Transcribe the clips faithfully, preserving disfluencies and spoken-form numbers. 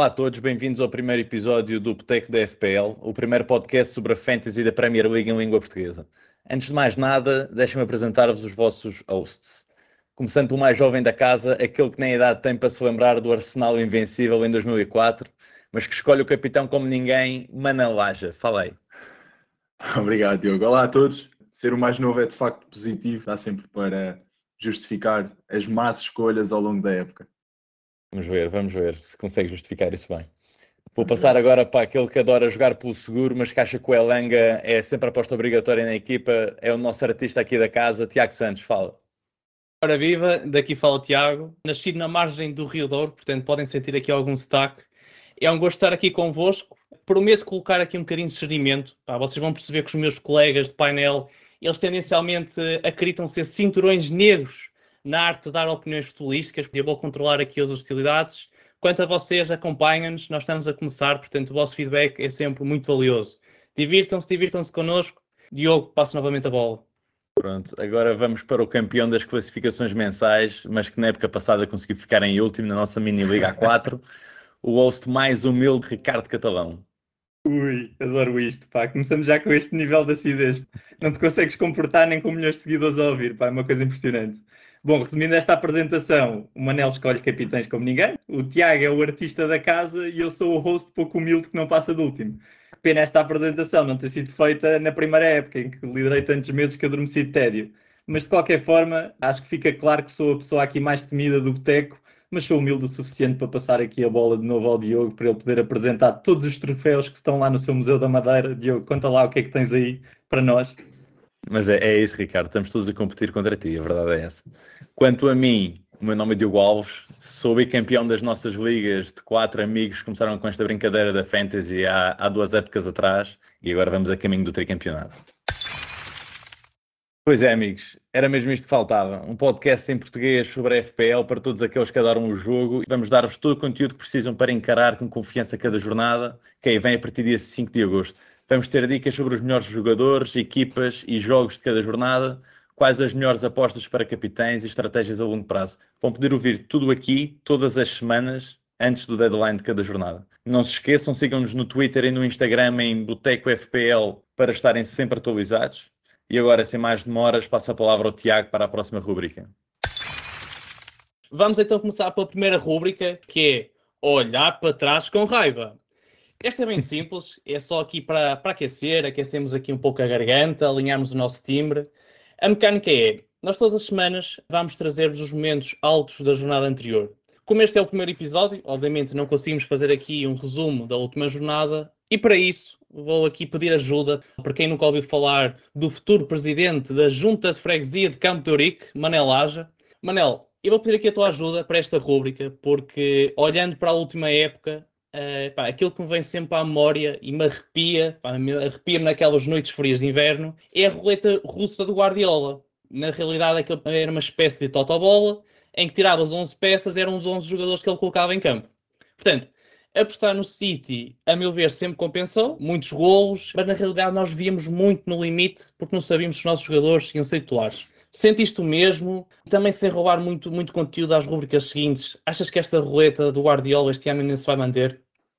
Olá a todos, bem-vindos ao primeiro episódio do Boteco da F P L, o primeiro podcast sobre a Fantasy da Premier League em língua portuguesa. Antes de mais nada, deixem-me apresentar-vos os vossos hosts. Começando pelo mais jovem da casa, aquele que nem idade tem para se lembrar do Arsenal invencível em dois mil e quatro, mas que escolhe o capitão como ninguém, Manel Laja. Fala aí. Obrigado, Diogo. Olá a todos. Ser o mais novo é de facto positivo, dá sempre para justificar as más escolhas ao longo da época. Vamos ver, vamos ver se consegue justificar isso bem. Vou passar agora para aquele que adora jogar pelo seguro, mas que acha que o Elanga é sempre aposta obrigatória na equipa. É o nosso artista aqui da casa, Tiago Santos. Fala. Ora viva, daqui fala o Tiago. Nascido na margem do Rio Douro, portanto podem sentir aqui algum sotaque. É um gosto estar aqui convosco. Prometo colocar aqui um bocadinho de discernimento. Pá, vocês vão perceber que os meus colegas de painel, eles tendencialmente acreditam ser cinturões negros na arte de dar opiniões futebolísticas. Eu vou controlar aqui as hostilidades. Quanto a vocês, acompanhem-nos. Nós estamos a começar, portanto o vosso feedback é sempre muito valioso. Divirtam-se, divirtam-se connosco. Diogo, passo novamente a bola. Pronto, agora vamos para o campeão das classificações mensais, mas que na época passada conseguiu ficar em último na nossa mini-liga A quatro. O host mais humilde, Ricardo Catalão. Ui, adoro isto, pá. Começamos já com este nível de acidez. Não te consegues comportar nem com milhões de seguidores a ouvir, pá. É uma coisa impressionante. Bom, resumindo esta apresentação, o Manel escolhe capitães como ninguém, o Tiago é o artista da casa e eu sou o host pouco humilde que não passa do último. Que pena esta apresentação não ter sido feita na primeira época, em que liderei tantos meses que adormeci de tédio. Mas de qualquer forma, acho que fica claro que sou a pessoa aqui mais temida do boteco, mas sou humilde o suficiente para passar aqui a bola de novo ao Diogo, para ele poder apresentar todos os troféus que estão lá no seu Museu da Madeira. Diogo, conta lá o que é que tens aí para nós. Mas é, é isso, Ricardo, estamos todos a competir contra ti, a verdade é essa. Quanto a mim, o meu nome é Diogo Alves, sou bicampeão das nossas ligas de quatro amigos que começaram com esta brincadeira da Fantasy há, há duas épocas atrás e agora vamos a caminho do tricampeonato. Pois é, amigos, era mesmo isto que faltava. Um podcast em português sobre a F P L para todos aqueles que adoram o jogo. Vamos dar-vos todo o conteúdo que precisam para encarar com confiança cada jornada, que aí vem a partir do dia cinco de agosto. Vamos ter dicas sobre os melhores jogadores, equipas e jogos de cada jornada, quais as melhores apostas para capitães e estratégias a longo prazo. Vão poder ouvir tudo aqui, todas as semanas, antes do deadline de cada jornada. Não se esqueçam, sigam-nos no Twitter e no Instagram em Boteco F P L para estarem sempre atualizados. E agora, sem mais demoras, passo a palavra ao Tiago para a próxima rúbrica. Vamos então começar pela primeira rúbrica, que é olhar para trás com raiva. Esta é bem simples, é só aqui para, para aquecer, aquecemos aqui um pouco a garganta, alinharmos o nosso timbre. A mecânica é, nós todas as semanas vamos trazer-vos os momentos altos da jornada anterior. Como este é o primeiro episódio, obviamente não conseguimos fazer aqui um resumo da última jornada, e para isso vou aqui pedir ajuda para quem nunca ouviu falar do futuro presidente da Junta de Freguesia de Campo de Ourique, Manel Laja. Manel, eu vou pedir aqui a tua ajuda para esta rúbrica, porque olhando para a última época, uh, pá, aquilo que me vem sempre à memória e me arrepia, pá, me arrepia-me naquelas noites frias de inverno, é a roleta russa do Guardiola. Na realidade, aquilo era uma espécie de totobola, em que tiravas onze peças, eram os onze jogadores que ele colocava em campo. Portanto, apostar no City, a meu ver, sempre compensou, muitos golos, mas na realidade nós víamos muito no limite, porque não sabíamos se os nossos jogadores iam ser titulares. Sentiste o mesmo? Também sem roubar muito, muito conteúdo às rubricas seguintes, achas que esta roleta do Guardiola este ano ainda se vai manter?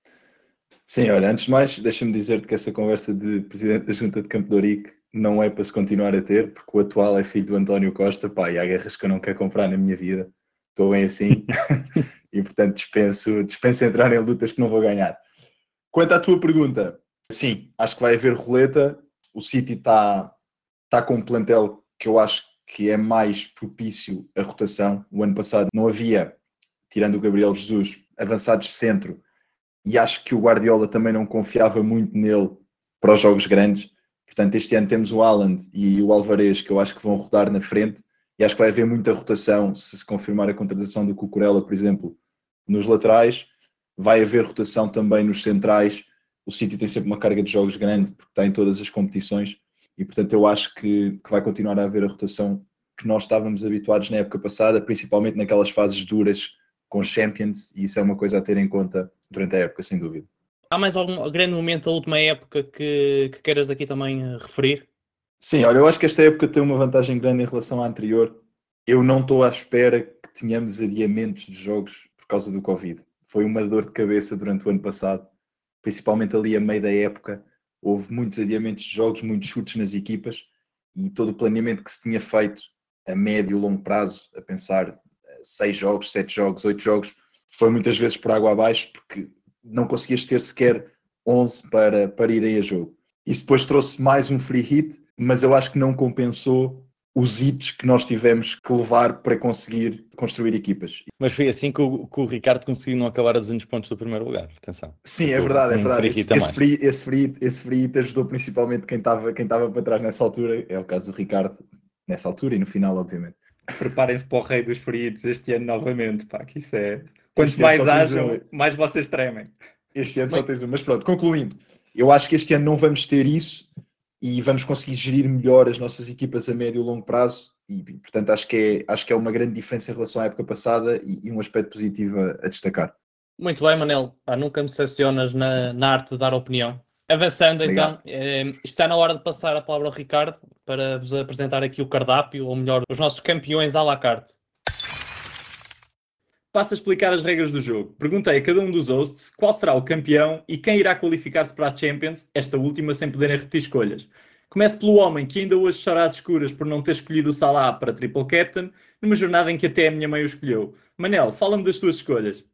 Sim, olha, antes de mais, deixa-me dizer-te que essa conversa de Presidente da Junta de Campo de Ourique não é para se continuar a ter, porque o atual é filho do António Costa, pá, e há guerras que eu não quero comprar na minha vida, estou bem assim, e portanto dispenso, dispenso entrar em lutas que não vou ganhar. Quanto à tua pergunta, sim, acho que vai haver roleta, o City está tá com um plantel que eu acho que é mais propício à rotação. O ano passado não havia, tirando o Gabriel Jesus, avançados de centro, e acho que o Guardiola também não confiava muito nele para os jogos grandes. Portanto, este ano temos o Haaland e o Alvarez, que eu acho que vão rodar na frente, e acho que vai haver muita rotação se se confirmar a contratação do Cucurella, por exemplo, nos laterais. Vai haver rotação também nos centrais. O City tem sempre uma carga de jogos grande, porque está em todas as competições, e portanto eu acho que, que vai continuar a haver a rotação que nós estávamos habituados na época passada, principalmente naquelas fases duras com Champions, e isso é uma coisa a ter em conta durante a época, sem dúvida. Há mais algum grande momento da última época que, que queiras aqui também uh, referir? Sim, olha, eu acho que esta época tem uma vantagem grande em relação à anterior. Eu não estou à espera que tenhamos adiamentos de jogos por causa do Covid. foi uma dor de cabeça durante o ano passado, principalmente ali a meio da época. Houve muitos adiamentos de jogos, muitos chutes nas equipas e todo o planeamento que se tinha feito a médio e longo prazo, a pensar seis jogos, sete jogos, oito jogos, foi muitas vezes por água abaixo porque não conseguias ter sequer onze para, para irem a jogo. Isso depois trouxe mais um free hit, mas eu acho que não compensou os hits que nós tivemos que levar para conseguir construir equipas. Mas foi assim que o, que o Ricardo conseguiu não acabar a duzentos pontos do primeiro lugar, atenção. Sim, é verdade, é um verdade. Free Esse, esse, free, esse, free, esse free hit ajudou principalmente quem estava quem estava para trás nessa altura, é o caso do Ricardo, nessa altura e no final, obviamente. Preparem-se para o rei dos free hits este ano novamente, pá, que isso é... Quanto mais hajam, um. mais vocês tremem. Este ano Mas... só tens um, mas pronto, concluindo, eu acho que este ano não vamos ter isso e vamos conseguir gerir melhor as nossas equipas a médio e longo prazo e, portanto, acho que, é, acho que é uma grande diferença em relação à época passada e, e um aspecto positivo a, a destacar. Muito bem, Manel. Ah, nunca me decepcionas na, na arte de dar opinião. Avançando, Obrigado. Então, eh, está na hora de passar a palavra ao Ricardo para vos apresentar aqui o cardápio, ou melhor, os nossos campeões à la carte. Passo a explicar as regras do jogo. Perguntei a cada um dos hosts qual será o campeão e quem irá qualificar-se para a Champions, esta última sem poderem repetir escolhas. Começo pelo homem que ainda hoje chora às escuras por não ter escolhido o Salah para Triple Captain, numa jornada em que até a minha mãe o escolheu. Manel, fala-me das tuas escolhas.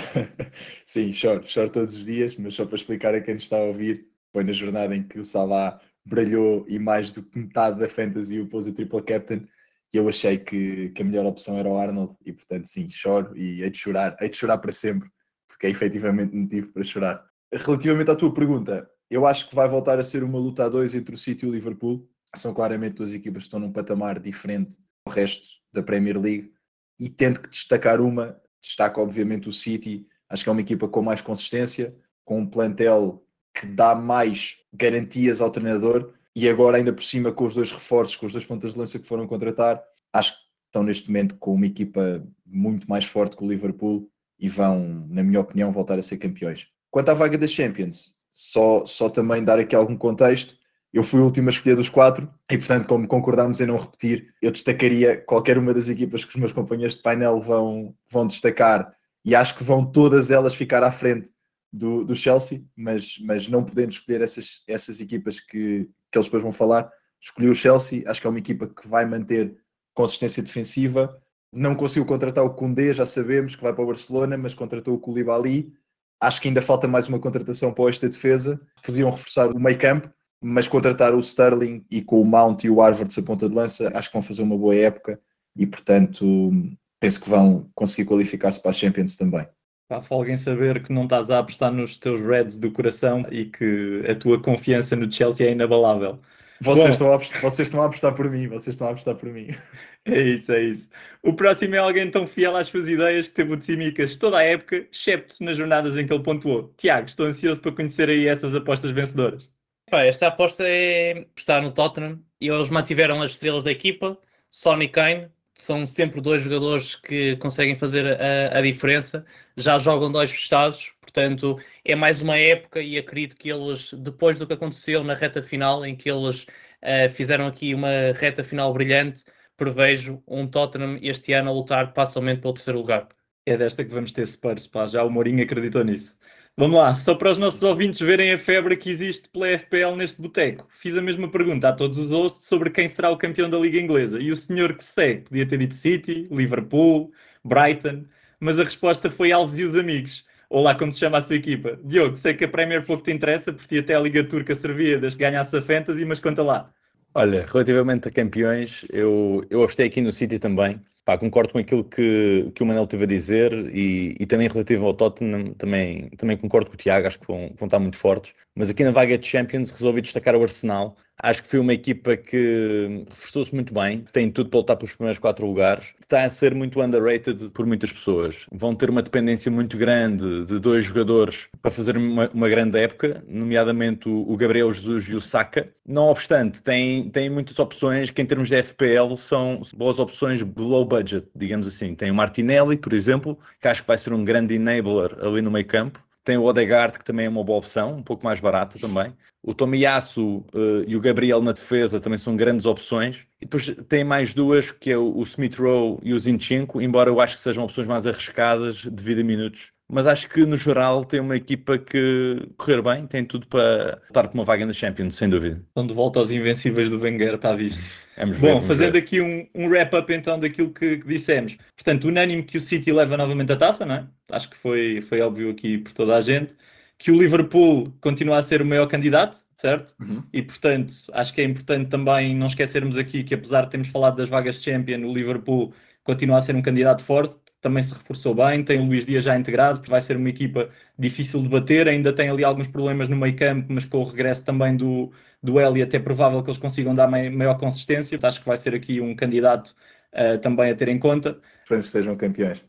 Sim, choro, choro todos os dias, mas só para explicar a quem nos está a ouvir, foi na jornada em que o Salah brilhou e mais do que metade da Fantasy o pôs a Triple Captain e eu achei que, que a melhor opção era o Arnold e portanto sim, choro e hei de chorar, hei de chorar para sempre, porque é efetivamente motivo para chorar. Relativamente à tua pergunta, eu acho que vai voltar a ser uma luta a dois entre o City e o Liverpool, são claramente duas equipas que estão num patamar diferente do resto da Premier League e tendo que destacar uma, destaco obviamente o City, acho que é uma equipa com mais consistência, com um plantel que dá mais garantias ao treinador e agora ainda por cima com os dois reforços, com os dois pontas de lança que foram contratar, acho que estão neste momento com uma equipa muito mais forte que o Liverpool e vão, na minha opinião, voltar a ser campeões. Quanto à vaga da Champions, só, só também dar aqui algum contexto, eu fui o último a escolher dos quatro e portanto como concordámos em não repetir, eu destacaria qualquer uma das equipas que os meus companheiros de painel vão, vão destacar e acho que vão todas elas ficar à frente do, do Chelsea, mas, mas não podendo escolher essas, essas equipas que, que eles depois vão falar, escolhi o Chelsea, acho que é uma equipa que vai manter consistência defensiva, não conseguiu contratar o Koundé, já sabemos que vai para o Barcelona, mas contratou o Koulibaly, acho que ainda falta mais uma contratação para esta defesa, podiam reforçar o meio campo, mas contratar o Sterling e com o Mount e o Havertz a ponta de lança, acho que vão fazer uma boa época e portanto penso que vão conseguir qualificar-se para a Champions também. Para alguém saber que não estás a apostar nos teus Reds do coração e que a tua confiança no Chelsea é inabalável. Vocês, Bom, estão a apostar, vocês estão a apostar por mim, vocês estão a apostar por mim. É isso, é isso. O próximo é alguém tão fiel às suas ideias que teve o Tsimikas toda a época, excepto nas jornadas em que ele pontuou. Tiago, estou ansioso para conhecer aí essas apostas vencedoras. Esta aposta é estar no Tottenham e eles mantiveram as estrelas da equipa, Son e Kane. São sempre dois jogadores que conseguem fazer a, a diferença. Já jogam dois fechados, portanto é mais uma época e acredito que eles, depois do que aconteceu na reta final, em que eles uh, fizeram aqui uma reta final brilhante, prevejo um Tottenham este ano a lutar facilmente pelo terceiro lugar. É desta que vamos ter Spurs, pá. Já o Mourinho acreditou nisso. Vamos lá, só para os nossos ouvintes verem a febre que existe pela F P L neste boteco. Fiz a mesma pergunta a todos os hosts sobre quem será o campeão da Liga Inglesa. E o senhor que segue podia ter dito City, Liverpool, Brighton, mas a resposta foi Alves e os amigos. Ou lá como se chama a sua equipa. Diogo, sei que a Premier pouco te interessa, porque até a Liga Turca servia desde que ganhasse a Fantasy, mas conta lá. Olha, relativamente a campeões, eu, eu apostei aqui no City também. Pá, concordo com aquilo que, que o Manel teve a dizer e, e também relativo ao Tottenham, também, também concordo com o Tiago, acho que vão, vão estar muito fortes. Mas aqui na vaga de Champions resolvi destacar o Arsenal. Acho que foi uma equipa que reforçou-se muito bem, tem tudo para lutar pelos primeiros quatro lugares, está a ser muito underrated por muitas pessoas. Vão ter uma dependência muito grande de dois jogadores para fazer uma, uma grande época, nomeadamente o, o Gabriel Jesus e o Saka. Não obstante, tem, tem muitas opções que em termos de F P L são boas opções below budget, digamos assim. Tem o Martinelli, por exemplo, que acho que vai ser um grande enabler ali no meio campo. Tem o Odegaard, que também é uma boa opção, um pouco mais barata também. O Tomiyasu uh, e o Gabriel na defesa também são grandes opções. E depois tem mais duas, que é o, o Smith Rowe e o Zinchenko, embora eu acho que sejam opções mais arriscadas devido a minutos mas acho que no geral tem uma equipa que correr bem, tem tudo para lutar por uma vaga na Champions, sem dúvida. Estão de volta aos invencíveis do Wenger, está visto. Vamos ver, Bom, vamos fazendo ver. aqui um, um wrap-up então daquilo que, que dissemos. Portanto, unânime que o City leva novamente a taça, não é? Acho que foi, foi óbvio aqui por toda a gente. Que o Liverpool continua a ser o maior candidato, certo? Uhum. E, portanto, acho que é importante também não esquecermos aqui que, apesar de termos falado das vagas de Champions, o Liverpool continua a ser um candidato forte, também se reforçou bem, tem o Luís Dias já integrado, porque vai ser uma equipa difícil de bater, ainda tem ali alguns problemas no meio campo, mas com o regresso também do, do Elliott é provável que eles consigam dar mai, maior consistência. Acho que vai ser aqui um candidato uh, também a ter em conta. Esperamos que sejam campeões.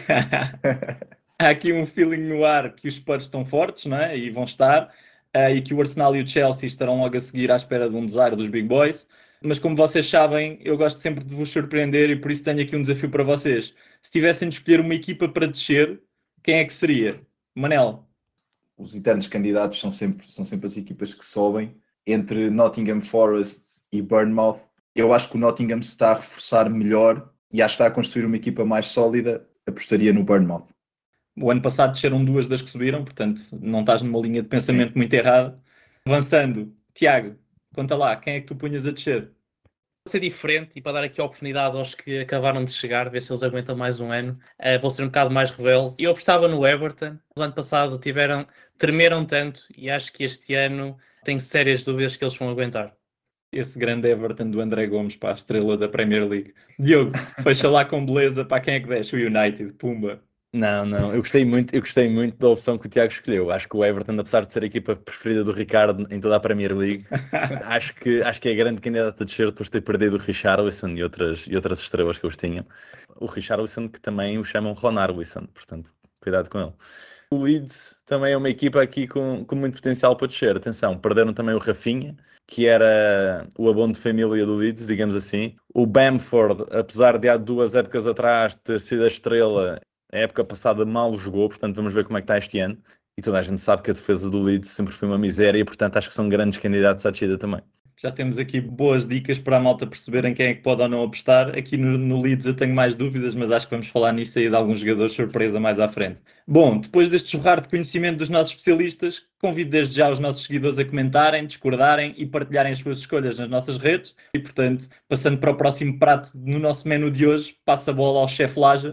Há aqui um feeling no ar que os Spurs estão fortes, não é? E vão estar, uh, e que o Arsenal e o Chelsea estarão logo a seguir à espera de um desire dos Big Boys. Mas como vocês sabem, eu gosto sempre de vos surpreender e por isso tenho aqui um desafio para vocês. Se tivessem de escolher uma equipa para descer, quem é que seria? Manel? Os eternos candidatos são sempre, são sempre as equipas que sobem. Entre Nottingham Forest e Bournemouth, eu acho que o Nottingham se está a reforçar melhor e acho que está a construir uma equipa mais sólida. Apostaria no Bournemouth. O ano passado desceram duas das que subiram, portanto não estás numa linha de pensamento Sim. muito errada. Avançando, Tiago, conta lá, quem é que tu punhas a descer? Para ser diferente e para dar aqui a oportunidade aos que acabaram de chegar, ver se eles aguentam mais um ano, uh, vou ser um bocado mais rebelde. Eu apostava no Everton. No ano passado tiveram, tremeram tanto e acho que este ano tenho sérias dúvidas que eles vão aguentar. Esse grande Everton do André Gomes para a estrela da Premier League. Diogo, fecha lá com beleza, para quem é que deixa? O United, pumba. Não, não, eu gostei muito, eu gostei muito da opção que o Tiago escolheu. Acho que o Everton, apesar de ser a equipa preferida do Ricardo em toda a Premier League, acho que, acho que é grande candidata a descer depois de ter perdido o Richarlison e outras, e outras estrelas que eles tinham. O Richarlison que também o chamam Ronarlison, portanto, cuidado com ele. O Leeds também é uma equipa aqui com, com muito potencial para descer. Atenção, perderam também o Rafinha, que era o abono de família do Leeds, digamos assim. O Bamford, apesar de há duas épocas atrás ter sido a estrela, a época passada mal jogou, portanto vamos ver como é que está este ano. E toda a gente sabe que a defesa do Leeds sempre foi uma miséria e, portanto, acho que são grandes candidatos à descida também. Já temos aqui boas dicas para a malta perceberem quem é que pode ou não apostar. Aqui no, no Leeds eu tenho mais dúvidas, mas acho que vamos falar nisso aí de alguns jogadores surpresa mais à frente. Bom, depois deste jorrar de conhecimento dos nossos especialistas, convido desde já os nossos seguidores a comentarem, discordarem e partilharem as suas escolhas nas nossas redes. E, portanto, passando para o próximo prato no nosso menu de hoje, passa a bola ao chefe Laja.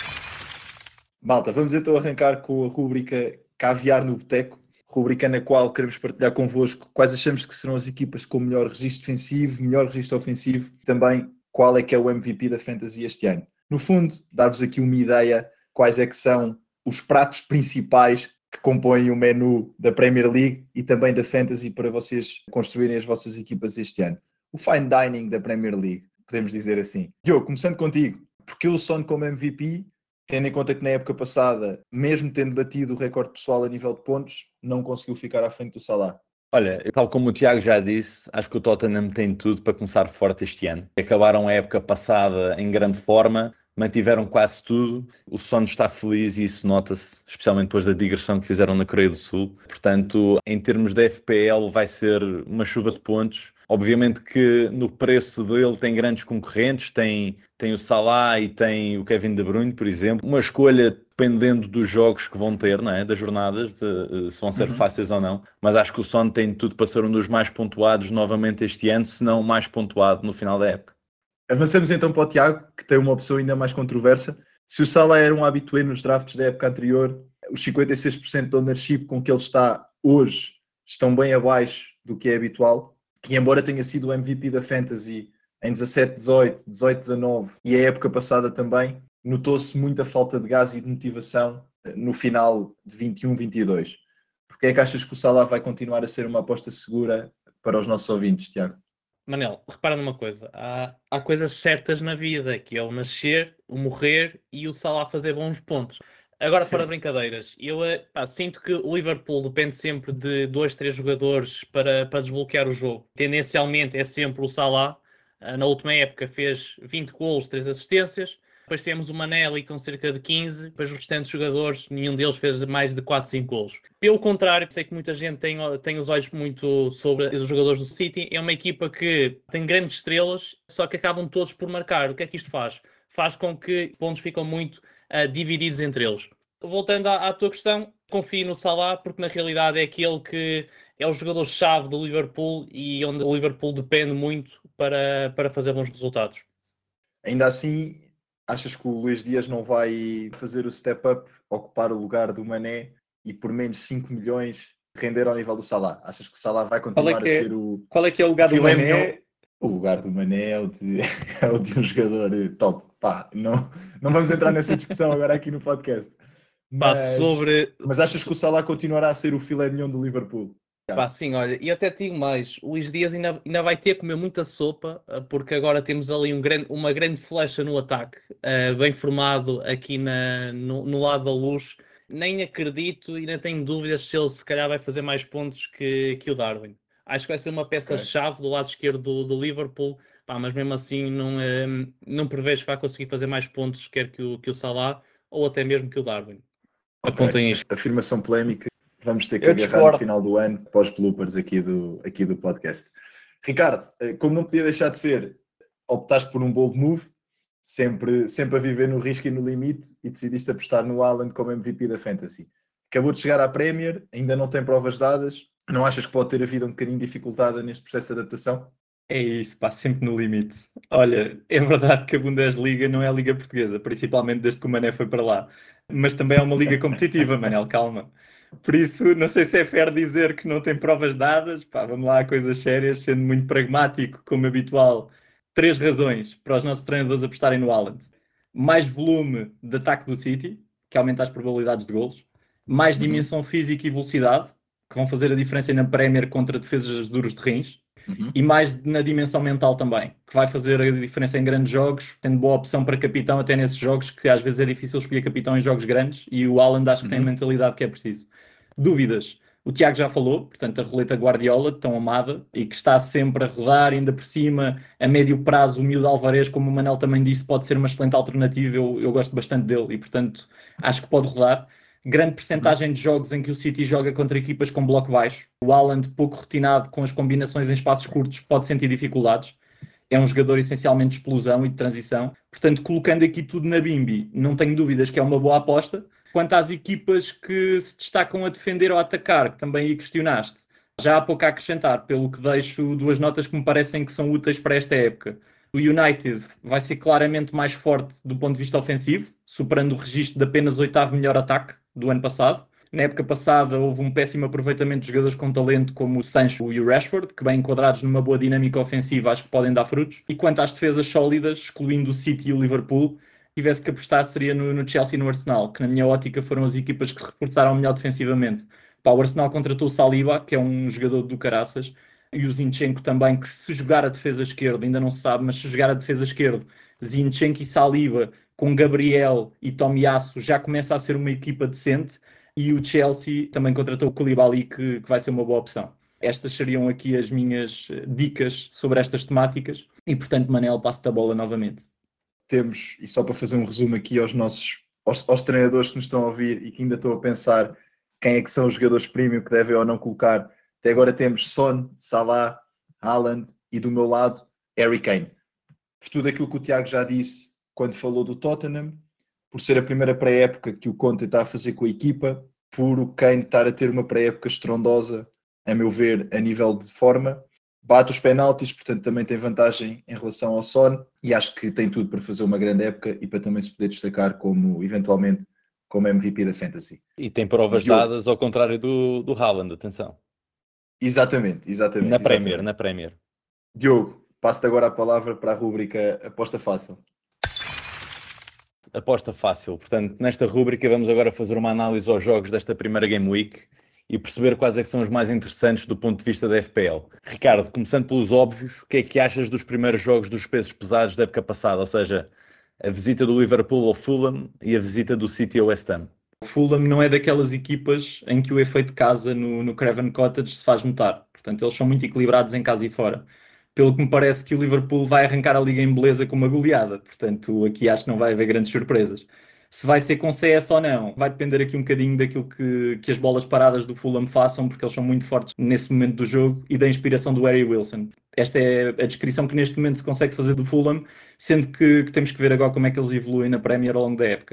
Malta, vamos então arrancar com a rúbrica Caviar no Boteco, rúbrica na qual queremos partilhar convosco quais achamos que serão as equipas com melhor registro defensivo, melhor registro ofensivo, e também qual é que é o M V P da Fantasy este ano. No fundo, dar-vos aqui uma ideia quais é que são os pratos principais que compõem o menu da Premier League e também da Fantasy para vocês construírem as vossas equipas este ano. O fine dining da Premier League, podemos dizer assim. Diogo, começando contigo, porque o Son como M V P, tendo em conta que na época passada, mesmo tendo batido o recorde pessoal a nível de pontos, não conseguiu ficar à frente do Salah. Olha, tal como o Tiago já disse, acho que o Tottenham tem tudo para começar forte este ano. Acabaram a época passada em grande forma, mantiveram quase tudo. O Son está feliz e isso nota-se, especialmente depois da digressão que fizeram na Coreia do Sul. Portanto, em termos de F P L, vai ser uma chuva de pontos. Obviamente que no preço dele tem grandes concorrentes, tem, tem o Salah e tem o Kevin De Bruyne, por exemplo. Uma escolha dependendo dos jogos que vão ter, não é? Das jornadas, de, se vão ser uhum. fáceis ou não. Mas acho que o Son tem tudo para ser um dos mais pontuados novamente este ano, se não o mais pontuado no final da época. Avançamos então para o Tiago, que tem uma opção ainda mais controversa. Se o Salah era um habitué nos drafts da época anterior, os cinquenta e seis por cento de ownership com que ele está hoje estão bem abaixo do que é habitual. E embora tenha sido o M V P da Fantasy em dezassete dezoito, dezoito dezanove e a época passada também, notou-se muita falta de gás e de motivação no final de vinte e um vinte e dois. Porquê é que achas que o Salah vai continuar a ser uma aposta segura para os nossos ouvintes, Tiago? Manel, repara numa coisa, há, há coisas certas na vida, que é o nascer, o morrer e o Salah fazer bons pontos. Agora, Sim. Para brincadeiras, eu pá, sinto que o Liverpool depende sempre de dois, três jogadores para, para desbloquear o jogo. Tendencialmente é sempre o Salah. Na última época fez vinte golos, três assistências. Depois temos o Mané ali com cerca de quinze. Depois os restantes jogadores, nenhum deles fez mais de quatro, cinco golos. Pelo contrário, sei que muita gente tem, tem os olhos muito sobre os jogadores do City. É uma equipa que tem grandes estrelas, só que acabam todos por marcar. O que é que isto faz? Faz com que pontos ficam muito Uh, divididos entre eles. voltando à, à tua questão, confio no Salah porque na realidade é aquele que é o jogador-chave do Liverpool e onde o Liverpool depende muito para, para fazer bons resultados. Ainda assim, achas que o Luís Dias não vai fazer o step-up, ocupar o lugar do Mané e por menos cinco milhões render ao nível do Salah? Achas que o Salah vai continuar Qual é que a é, ser o... qual é que é o lugar o do filé Mané? mignon? O lugar do Mané é o de, é o de um jogador top. Pá, não, não vamos entrar nessa discussão agora aqui no podcast. Pá, Mas, sobre... mas achas que o Salah continuará a ser o filé mignon do Liverpool? Pá, sim, olha, e até te digo mais, o Luís Dias ainda, ainda vai ter que comer muita sopa, eh, porque agora temos ali um grande, uma grande flecha no ataque, eh, bem formado aqui na, no, no lado da Luz. Nem acredito e nem tenho dúvidas se ele se calhar vai fazer mais pontos que, que o Darwin. Acho que vai ser uma peça-chave do lado esquerdo do, do Liverpool, pá, mas mesmo assim não, eh, não prevejo que vai conseguir fazer mais pontos quer que o, que o Salah ou até mesmo que o Darwin. Ok, Apontem isto. afirmação polémica. Vamos ter que Eu agarrar discordo. no final do ano pós bloopers aqui do, aqui do podcast. Ricardo, eh, como não podia deixar de ser, optaste por um bold move, sempre, sempre a viver no risco e no limite, e decidiste apostar no Haaland como M V P da Fantasy. Acabou de chegar à Premier, ainda não tem provas dadas. Não achas que pode ter havido um bocadinho dificultada neste processo de adaptação? É isso, pá, sempre no limite. Olha, é verdade que a Bundesliga não é a Liga Portuguesa, principalmente desde que o Mané foi para lá. Mas também é uma liga competitiva, Manel, calma. Por isso, não sei se é fair dizer que não tem provas dadas. Pá, vamos lá a coisas sérias, sendo muito pragmático, como habitual. Três razões para os nossos treinadores apostarem no Haaland. Mais volume de ataque do City, que aumenta as probabilidades de golos. Mais Uhum. dimensão física e velocidade, que vão fazer a diferença na Premier contra defesas duros de rins. Uhum. E mais na dimensão mental também, que vai fazer a diferença em grandes jogos, tendo boa opção para capitão até nesses jogos, que às vezes é difícil escolher capitão em jogos grandes, e o Haaland acho que tem a Uhum. mentalidade que é preciso. Dúvidas? O Tiago já falou, portanto a roleta Guardiola, tão amada, e que está sempre a rodar, ainda por cima, a médio prazo, o miúdo Alvarez, como o Manel também disse, pode ser uma excelente alternativa, eu, eu gosto bastante dele, e portanto acho que pode rodar. Grande percentagem de jogos em que o City joga contra equipas com bloco baixo. O Haaland, pouco rotinado com as combinações em espaços curtos, pode sentir dificuldades. É um jogador essencialmente de explosão e de transição. Portanto, colocando aqui tudo na bimbi, não tenho dúvidas que é uma boa aposta. Quanto às equipas que se destacam a defender ou a atacar, que também aí questionaste, já há pouco a acrescentar, pelo que deixo duas notas que me parecem que são úteis para esta época. O United vai ser claramente mais forte do ponto de vista ofensivo, superando o registro de apenas oitavo melhor ataque do ano passado. Na época passada houve um péssimo aproveitamento de jogadores com talento como o Sancho e o Rashford, que bem enquadrados numa boa dinâmica ofensiva acho que podem dar frutos. E quanto às defesas sólidas, excluindo o City e o Liverpool, tivesse que apostar seria no, no Chelsea e no Arsenal, que na minha ótica foram as equipas que se reforçaram melhor defensivamente. Pá, o Arsenal contratou o Saliba, que é um jogador do caraças, e o Zinchenko também, que se jogar a defesa esquerda, ainda não se sabe, mas se jogar a defesa esquerda, Zinchenko e Saliba, com Gabriel e Tomiyasu, já começa a ser uma equipa decente, e o Chelsea também contratou o Koulibaly, que, que vai ser uma boa opção. Estas seriam aqui as minhas dicas sobre estas temáticas, e portanto, Manel, passo-te a bola novamente. Temos, e só para fazer um resumo aqui aos nossos aos, aos treinadores que nos estão a ouvir e que ainda estão a pensar quem é que são os jogadores premium que devem ou não colocar, até agora temos Son, Salah, Haaland e do meu lado Harry Kane. Por tudo aquilo que o Tiago já disse quando falou do Tottenham, por ser a primeira pré-época que o Conte está a fazer com a equipa, por o Kane estar a ter uma pré-época estrondosa, a meu ver, a nível de forma, bate os penaltis, portanto também tem vantagem em relação ao Son, e acho que tem tudo para fazer uma grande época e para também se poder destacar como, eventualmente, como M V P da Fantasy. E tem provas Diogo. dadas ao contrário do, do Haaland, atenção. Exatamente, exatamente. Na Premier, exatamente. na Premier. Diogo, passo-te agora a palavra para a rúbrica Aposta Fácil. Aposta fácil. Portanto, nesta rúbrica vamos agora fazer uma análise aos jogos desta primeira Game Week e perceber quais é que são os mais interessantes do ponto de vista da F P L. Ricardo, começando pelos óbvios, o que é que achas dos primeiros jogos dos pesos pesados da época passada? Ou seja, a visita do Liverpool ao Fulham e a visita do City ao West Ham. O Fulham não é daquelas equipas em que o efeito casa no, no Craven Cottage se faz notar. Portanto, eles são muito equilibrados em casa e fora. Pelo que me parece que o Liverpool vai arrancar a Liga em beleza com uma goleada. Portanto, aqui acho que não vai haver grandes surpresas. Se vai ser com C S ou não, vai depender aqui um bocadinho daquilo que, que as bolas paradas do Fulham façam, porque eles são muito fortes nesse momento do jogo, e da inspiração do Harry Wilson. Esta é a descrição que neste momento se consegue fazer do Fulham, sendo que, que temos que ver agora como é que eles evoluem na Premier ao longo da época.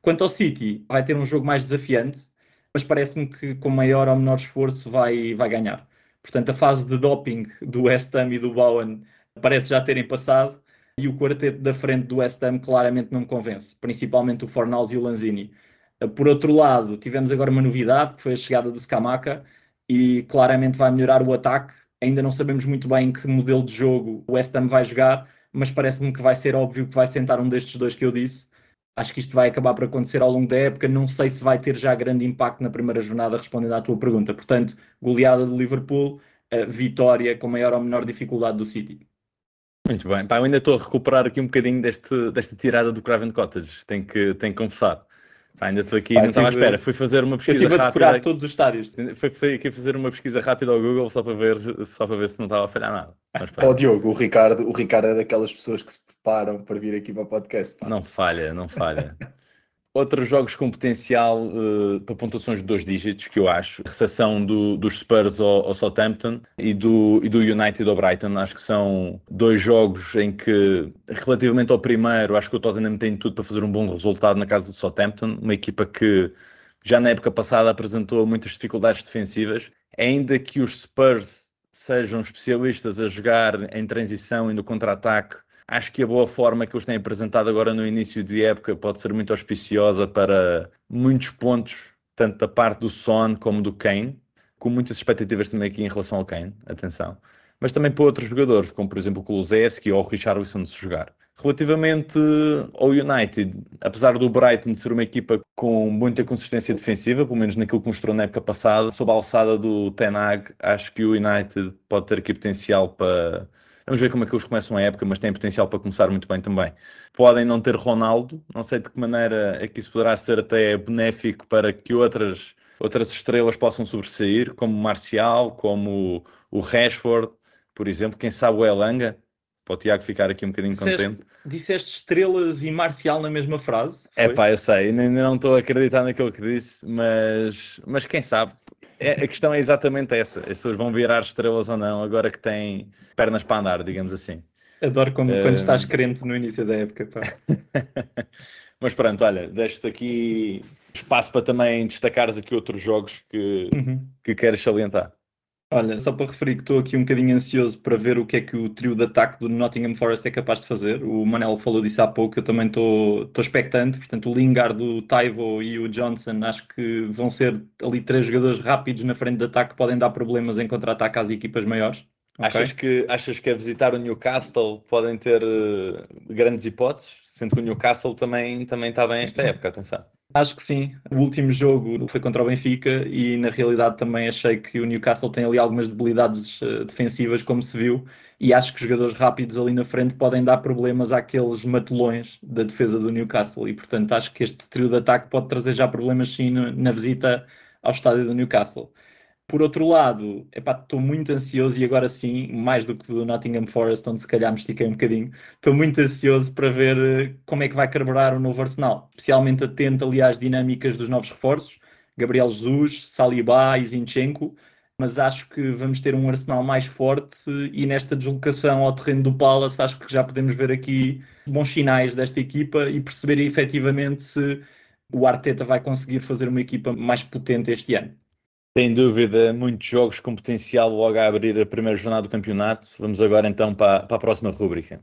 Quanto ao City, vai ter um jogo mais desafiante, mas parece-me que com maior ou menor esforço vai, vai ganhar. Portanto, a fase de doping do West Ham e do Bowen parece já terem passado, e o quarteto da frente do West Ham claramente não me convence, principalmente o Fornals e o Lanzini. Por outro lado, tivemos agora uma novidade, que foi a chegada do Scamacca, e claramente vai melhorar o ataque. Ainda não sabemos muito bem em que modelo de jogo o West Ham vai jogar, mas parece-me que vai ser óbvio que vai sentar um destes dois que eu disse. Acho que isto vai acabar por acontecer ao longo da época. Não sei se vai ter já grande impacto na primeira jornada, respondendo à tua pergunta. Portanto, goleada do Liverpool, vitória com maior ou menor dificuldade do City. Muito bem. Pá, eu ainda estou a recuperar aqui um bocadinho deste, desta tirada do Craven Cottage. Tenho que, tenho que confessar. Pá, ainda estou aqui, Pá, não estava à tive- espera. Fui fazer uma Eu pesquisa estive a decorar rápida. todos os estádios. Foi, foi aqui fazer uma pesquisa rápida ao Google só para ver, só para ver se não estava a falhar nada. Mas Ó pronto, Diogo, o Ricardo, o Ricardo é daquelas pessoas que se preparam para vir aqui para o podcast, pá. não falha, não falha. Outros jogos com potencial eh, para pontuações de dois dígitos, que eu acho, a recepção do, dos Spurs ao, ao Southampton e do, e do United ao Brighton, acho que são dois jogos em que, relativamente ao primeiro, acho que o Tottenham tem tudo para fazer um bom resultado na casa do Southampton, uma equipa que já na época passada apresentou muitas dificuldades defensivas, ainda que os Spurs sejam especialistas a jogar em transição e no contra-ataque. Acho que a boa forma que eles têm apresentado agora no início de época pode ser muito auspiciosa para muitos pontos, tanto da parte do Son como do Kane, com muitas expectativas também aqui em relação ao Kane, atenção, mas também para outros jogadores, como por exemplo o Kulusevski ou o Richarlison se jogar. Relativamente ao United, apesar do Brighton ser uma equipa com muita consistência defensiva, pelo menos naquilo que mostrou na época passada, sob a alçada do Ten Hag, acho que o United pode ter aqui potencial para... Vamos ver como é que eles começam a época, mas têm potencial para começar muito bem também. Podem não ter Ronaldo, não sei de que maneira é que isso poderá ser até benéfico para que outras, outras estrelas possam sobressair, como o Marcial, como o Rashford, por exemplo, quem sabe o Elanga, para o Tiago ficar aqui um bocadinho Disseste, contente. disseste estrelas e Marcial na mesma frase? É Foi? pá, eu sei, ainda ainda não estou a acreditar naquilo que disse, mas, mas quem sabe? É, a questão é exatamente essa, é se eles vão virar estrelas ou não, agora que têm pernas para andar, digamos assim. Adoro como, quando estás Hum. crente no início da época, pá. Mas pronto, olha, deixo-te aqui espaço para também destacares aqui outros jogos que, Uhum. que queres salientar. Olha, só para referir que estou aqui um bocadinho ansioso para ver o que é que o trio de ataque do Nottingham Forest é capaz de fazer. O Manel falou disso há pouco, eu também estou estou expectante. Portanto, o Lingard, o Taiwo e o Johnson acho que vão ser ali três jogadores rápidos na frente de ataque que podem dar problemas em contra-ataque às equipas maiores. Ok? Achas que, achas que a visitar o Newcastle podem ter eh, grandes hipóteses? Sendo que o Newcastle também, também está bem esta época, atenção. Acho que sim. O último jogo foi contra o Benfica e, na realidade, também achei que o Newcastle tem ali algumas debilidades uh, defensivas, como se viu, e acho que os jogadores rápidos ali na frente podem dar problemas àqueles matulões da defesa do Newcastle e, portanto, acho que este trio de ataque pode trazer já problemas, sim, no, na visita ao estádio do Newcastle. Por outro lado, epá, estou muito ansioso e agora sim, mais do que do Nottingham Forest, onde se calhar me estiquei um bocadinho, estou muito ansioso para ver uh, como é que vai carburar o novo Arsenal, especialmente atento ali às dinâmicas dos novos reforços, Gabriel Jesus, Saliba e Zinchenko, mas acho que vamos ter um Arsenal mais forte e nesta deslocação ao terreno do Palace acho que já podemos ver aqui bons sinais desta equipa e perceber efetivamente se o Arteta vai conseguir fazer uma equipa mais potente este ano. Sem dúvida, muitos jogos com potencial logo a abrir a primeira jornada do campeonato. Vamos agora então para, para a próxima rúbrica.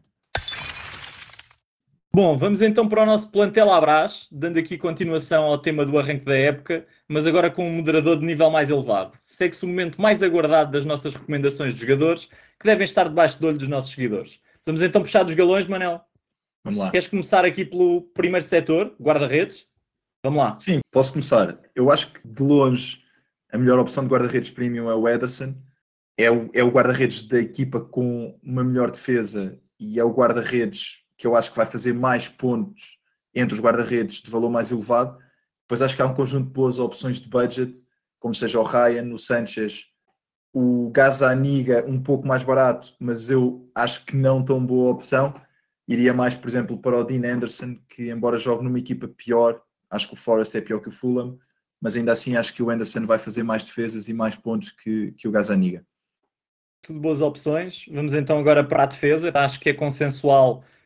Bom, vamos então para o nosso plantel à brás, dando aqui continuação ao tema do arranque da época, mas agora com um moderador de nível mais elevado. Segue-se o momento mais aguardado das nossas recomendações de jogadores, que devem estar debaixo do olho dos nossos seguidores. Vamos então puxar dos galões, Manel? Vamos lá. Queres começar aqui pelo primeiro setor, guarda-redes? Vamos lá. Sim, posso começar. Eu acho que de longe a melhor opção de guarda-redes premium é o Ederson. É o, é o guarda-redes da equipa com uma melhor defesa e é o guarda-redes que eu acho que vai fazer mais pontos entre os guarda-redes de valor mais elevado. Depois acho que há um conjunto de boas opções de budget, como seja o Ryan, o Sanchez, o Gazzaniga um pouco mais barato, mas eu acho que não tão boa opção. Iria mais, por exemplo, para o Dean Anderson, que embora jogue numa equipa pior, acho que o Forest é pior que o Fulham, mas ainda assim acho que o Anderson vai fazer mais defesas e mais pontos que, que o Gazzaniga. Tudo boas opções. Vamos então agora para a defesa. Acho que é consensual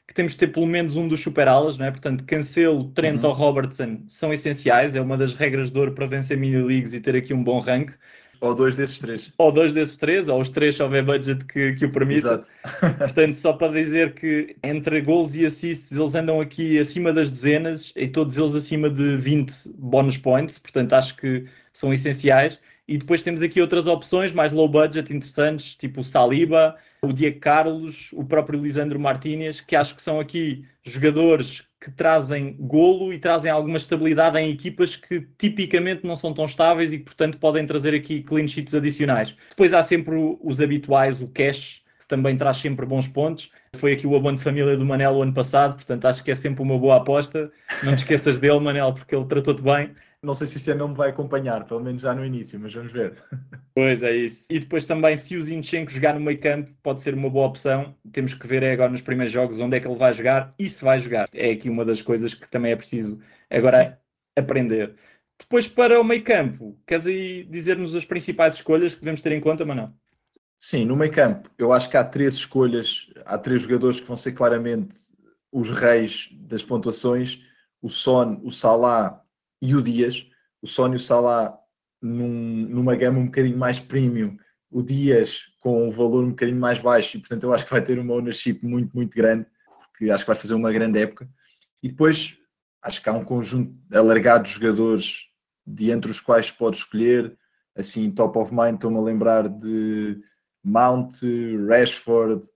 que temos de ter pelo menos um dos super-alas, não é? Portanto, Cancelo, Trent Uhum. ou Robertson são essenciais, é uma das regras de ouro para vencer mini-leagues e ter aqui um bom rank. Ou dois desses três. Ou dois desses três, ou os três se houver budget que, que o permita. Exato. Portanto, só para dizer que entre gols e assists eles andam aqui acima das dezenas e todos eles acima de vinte bonus points, portanto acho que são essenciais. E depois temos aqui outras opções mais low budget interessantes, tipo o Saliba, o Diego Carlos, o próprio Lisandro Martínez, que acho que são aqui jogadores que trazem golo e trazem alguma estabilidade em equipas que tipicamente não são tão estáveis e que, portanto, podem trazer aqui clean sheets adicionais. Depois há sempre os habituais, o Cash, que também traz sempre bons pontos. Foi aqui o abono de família do Manel o ano passado, portanto acho que é sempre uma boa aposta. Não te esqueças dele, Manel, porque ele tratou-te bem. Não sei se isto não me vai acompanhar, pelo menos já no início, mas vamos ver. Pois é isso. E depois também, se o Zinchenko jogar no meio campo, pode ser uma boa opção. Temos que ver é agora nos primeiros jogos onde é que ele vai jogar e se vai jogar. É aqui uma das coisas que também é preciso agora Sim. aprender. Depois para o meio campo, queres aí dizer-nos as principais escolhas que devemos ter em conta, Manuel? Sim, no meio campo, eu acho que há três escolhas, há três jogadores que vão ser claramente os reis das pontuações, o Son, o Salah e o Dias. O Son e o Salah num, numa gama um bocadinho mais premium, o Dias com um valor um bocadinho mais baixo e portanto eu acho que vai ter uma ownership muito, muito grande, porque acho que vai fazer uma grande época. E depois acho que há um conjunto alargado de jogadores de entre os quais pode escolher, assim top of mind estou-me a lembrar de Mount, Rashford,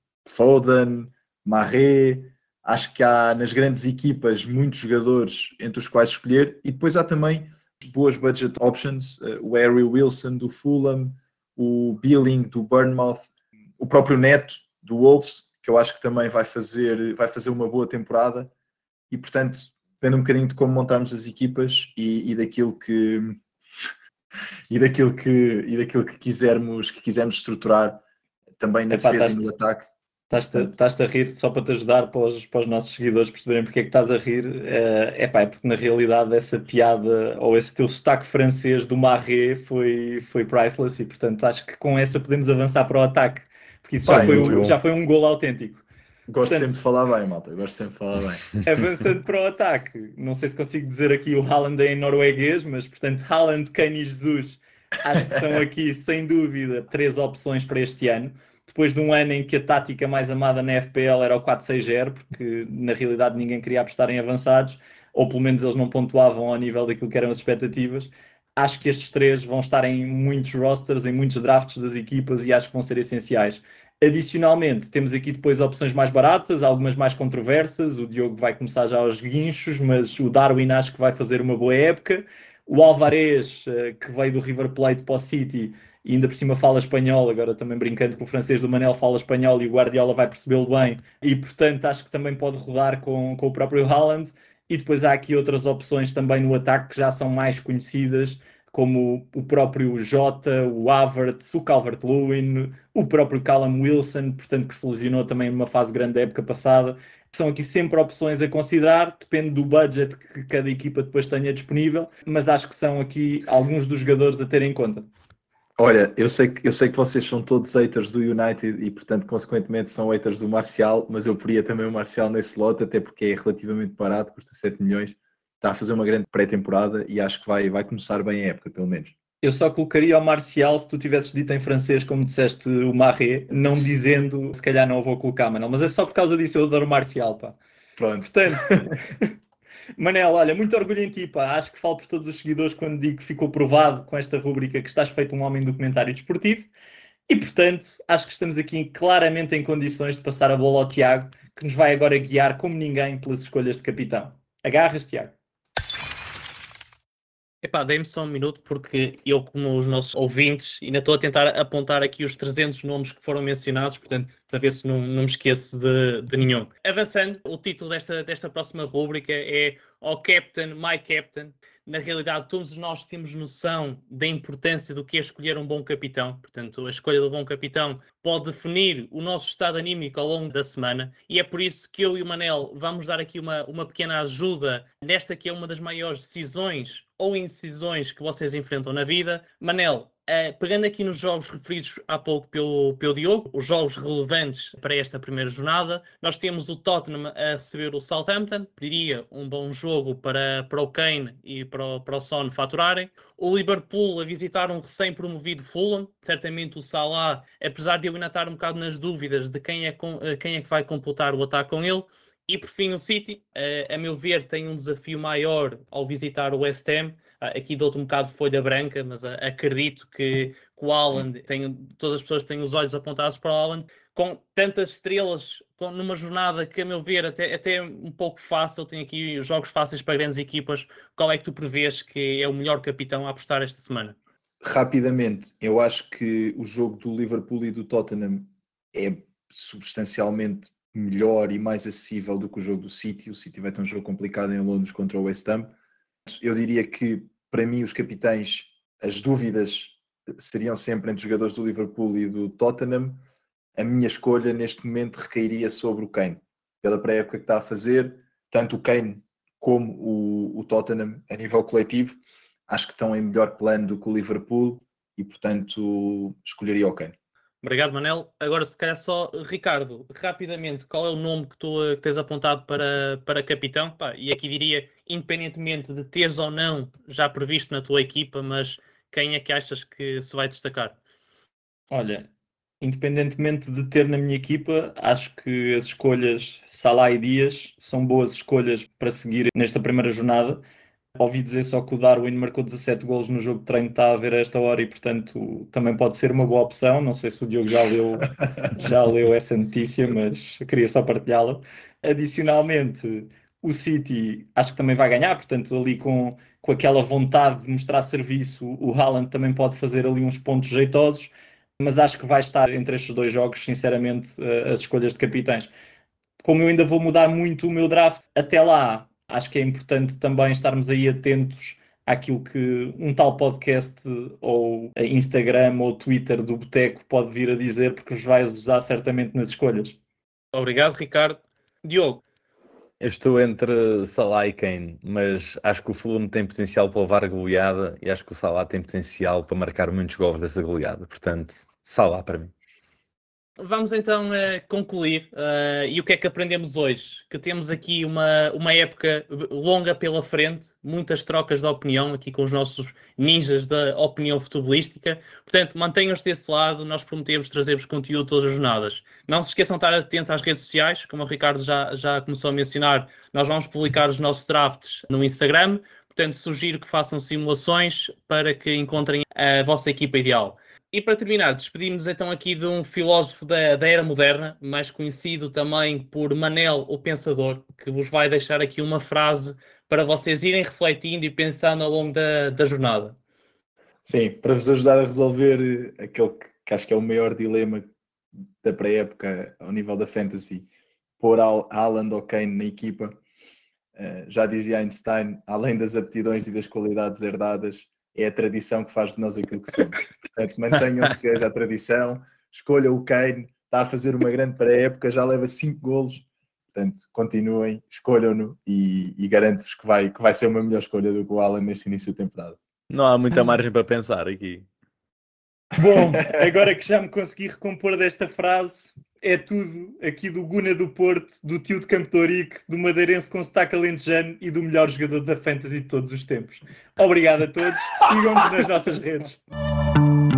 Foden, Mahrez. Acho que há nas grandes equipas muitos jogadores entre os quais escolher e depois há também boas budget options, o Harry Wilson do Fulham, o Billing do Bournemouth, o próprio Neto do Wolves, que eu acho que também vai fazer, vai fazer uma boa temporada e portanto depende um bocadinho de como montarmos as equipas e, e daquilo que e daquilo que e daquilo que quisermos que quisermos estruturar também na Epá, defesa e no ataque. Estás-te, estás-te a rir só para te ajudar para os, para os nossos seguidores perceberem porque é que estás a rir. É, epá, é porque na realidade essa piada ou esse teu sotaque francês do Mahrez foi, foi priceless e portanto acho que com essa podemos avançar para o ataque, porque isso já, Bem, foi, eu, um, eu já foi um golo autêntico. gosto Portanto, sempre de falar bem, malta, eu gosto sempre de falar bem. Avançando para o ataque, não sei se consigo dizer aqui o Haaland em norueguês, mas portanto Haaland, Kane e Jesus acho que são aqui sem dúvida três opções para este ano. Depois de um ano em que a tática mais amada na F P L era o quatro seis zero, porque na realidade ninguém queria apostar em avançados, ou pelo menos eles não pontuavam ao nível daquilo que eram as expectativas. Acho que estes três vão estar em muitos rosters, em muitos drafts das equipas e acho que vão ser essenciais. Adicionalmente, temos aqui depois opções mais baratas, algumas mais controversas. O Diogo vai começar já aos guinchos, mas o Darwin acho que vai fazer uma boa época. O Alvarez, que veio do River Plate para o City, e ainda por cima fala espanhol, agora também brincando que o francês do Manel fala espanhol e o Guardiola vai percebê-lo bem, e portanto acho que também pode rodar com, com o próprio Haaland. E depois há aqui outras opções também no ataque que já são mais conhecidas, como o próprio Jota, o Havertz, o Calvert-Lewin, o próprio Callum Wilson, portanto que se lesionou também numa fase grande da época passada. São aqui sempre opções a considerar, depende do budget que cada equipa depois tenha disponível, mas acho que são aqui alguns dos jogadores a ter em conta. Olha, eu sei, que, eu sei que vocês são todos haters do United e, portanto, consequentemente são haters do Martial, mas eu poria também o Martial nesse lote, até porque é relativamente barato, custa sete milhões, está a fazer uma grande pré-temporada e acho que vai, vai começar bem a época, pelo menos. Eu só colocaria o Martial se tu tivesses dito em francês, como disseste o Mahrez, não dizendo, se calhar não o vou colocar, Manel, mas é só por causa disso, eu adoro o Martial, pá. Pronto. Portanto, Manel, olha, muito orgulho em ti, pá. Acho que falo por todos os seguidores quando digo que ficou provado com esta rúbrica que estás feito um homem documentário desportivo e, portanto, acho que estamos aqui claramente em condições de passar a bola ao Tiago, que nos vai agora guiar como ninguém pelas escolhas de capitão. Agarras, Tiago? Epá, dê-me só um minuto porque eu, como os nossos ouvintes, ainda estou a tentar apontar aqui os trezentos nomes que foram mencionados, portanto, para ver se não, não me esqueço de, de nenhum. Avançando, o título desta, desta próxima rúbrica é O Captain, My Captain. Na realidade, todos nós temos noção da importância do que é escolher um bom capitão. Portanto, a escolha do bom capitão pode definir o nosso estado anímico ao longo da semana e é por isso que eu e o Manel vamos dar aqui uma, uma pequena ajuda nesta que é uma das maiores decisões ou indecisões que vocês enfrentam na vida. Manel, Uh, pegando aqui nos jogos referidos há pouco pelo, pelo Diogo, os jogos relevantes para esta primeira jornada, nós temos o Tottenham a receber o Southampton, diria um bom jogo para, para o Kane e para o, para o Son faturarem. O Liverpool a visitar um recém-promovido Fulham, certamente o Salah, apesar de eu ainda estar um bocado nas dúvidas de quem é, com, quem é que vai completar o ataque com ele. E por fim o City, uh, a meu ver, tem um desafio maior ao visitar o West Ham. Uh, aqui dou-te um bocado de folha branca, mas uh, acredito que, que o Haaland, tem, todas as pessoas têm os olhos apontados para o Haaland, com tantas estrelas, com, numa jornada que a meu ver até, até um pouco fácil, tem aqui jogos fáceis para grandes equipas. Qual é que tu prevês que é o melhor capitão a apostar esta semana? Rapidamente, eu acho que o jogo do Liverpool e do Tottenham é substancialmente melhor e mais acessível do que o jogo do City. O City vai ter um jogo complicado em Londres contra o West Ham. Eu diria que, para mim, os capitães, as dúvidas seriam sempre entre os jogadores do Liverpool e do Tottenham. A minha escolha, neste momento, recairia sobre o Kane. Pela pré-época que está a fazer, tanto o Kane como o, o Tottenham, a nível coletivo, acho que estão em melhor plano do que o Liverpool e, portanto, escolheria o Kane. Obrigado, Manel. Agora, se calhar só, Ricardo, rapidamente, qual é o nome que tu que tens apontado para, para capitão? Pá, e aqui diria, independentemente de teres ou não já previsto na tua equipa, mas quem é que achas que se vai destacar? Olha, independentemente de ter na minha equipa, acho que as escolhas Salah e Dias são boas escolhas para seguir nesta primeira jornada. Ouvi dizer só que o Darwin marcou dezassete golos no jogo de treino que está a ver a esta hora e, portanto, também pode ser uma boa opção. Não sei se o Diogo já leu, já leu essa notícia, mas eu queria só partilhá-la. Adicionalmente, o City acho que também vai ganhar, portanto, ali com, com aquela vontade de mostrar serviço, o Haaland também pode fazer ali uns pontos jeitosos, mas acho que vai estar entre estes dois jogos, sinceramente, as escolhas de capitães. Como eu ainda vou mudar muito o meu draft até lá, acho que é importante também estarmos aí atentos àquilo que um tal podcast ou Instagram ou Twitter do Boteco pode vir a dizer, porque os vai ajudar certamente nas escolhas. Obrigado, Ricardo. Diogo. Eu estou entre Salah e Kane, mas acho que o Fulham tem potencial para levar a goleada e acho que o Salah tem potencial para marcar muitos gols dessa goleada. Portanto, Salah para mim. Vamos então uh, concluir. Uh, e o que é que aprendemos hoje? Que temos aqui uma, uma época longa pela frente, muitas trocas de opinião aqui com os nossos ninjas da opinião futebolística. Portanto, mantenham-se desse lado, nós prometemos trazer-vos conteúdo todas as jornadas. Não se esqueçam de estar atentos às redes sociais, como o Ricardo já, já começou a mencionar, nós vamos publicar os nossos drafts no Instagram. Portanto, sugiro que façam simulações para que encontrem a vossa equipa ideal. E para terminar, despedimos então aqui de um filósofo da, da era moderna, mais conhecido também por Manel, o Pensador, que vos vai deixar aqui uma frase para vocês irem refletindo e pensando ao longo da, da jornada. Sim, para vos ajudar a resolver aquele que, que acho que é o maior dilema da pré-época ao nível da fantasy, pôr Haaland ou Kane na equipa. Uh, já dizia Einstein, além das aptidões e das qualidades herdadas, é a tradição que faz de nós aquilo que somos. Portanto, mantenham-se fiéis à tradição, escolham o Kane, está a fazer uma grande pré-época, já leva cinco golos, portanto, continuem, escolham-no e, e garanto-vos que vai, que vai ser uma melhor escolha do que o Haaland neste início de temporada. Não há muita margem para pensar aqui. Bom, agora que já me consegui recompor desta frase, é tudo aqui do Guna do Porto, do tio de Campo de Ourique, do madeirense com sotaque alentejano e do melhor jogador da Fantasy de todos os tempos. Obrigado a todos, sigam-nos nas nossas redes.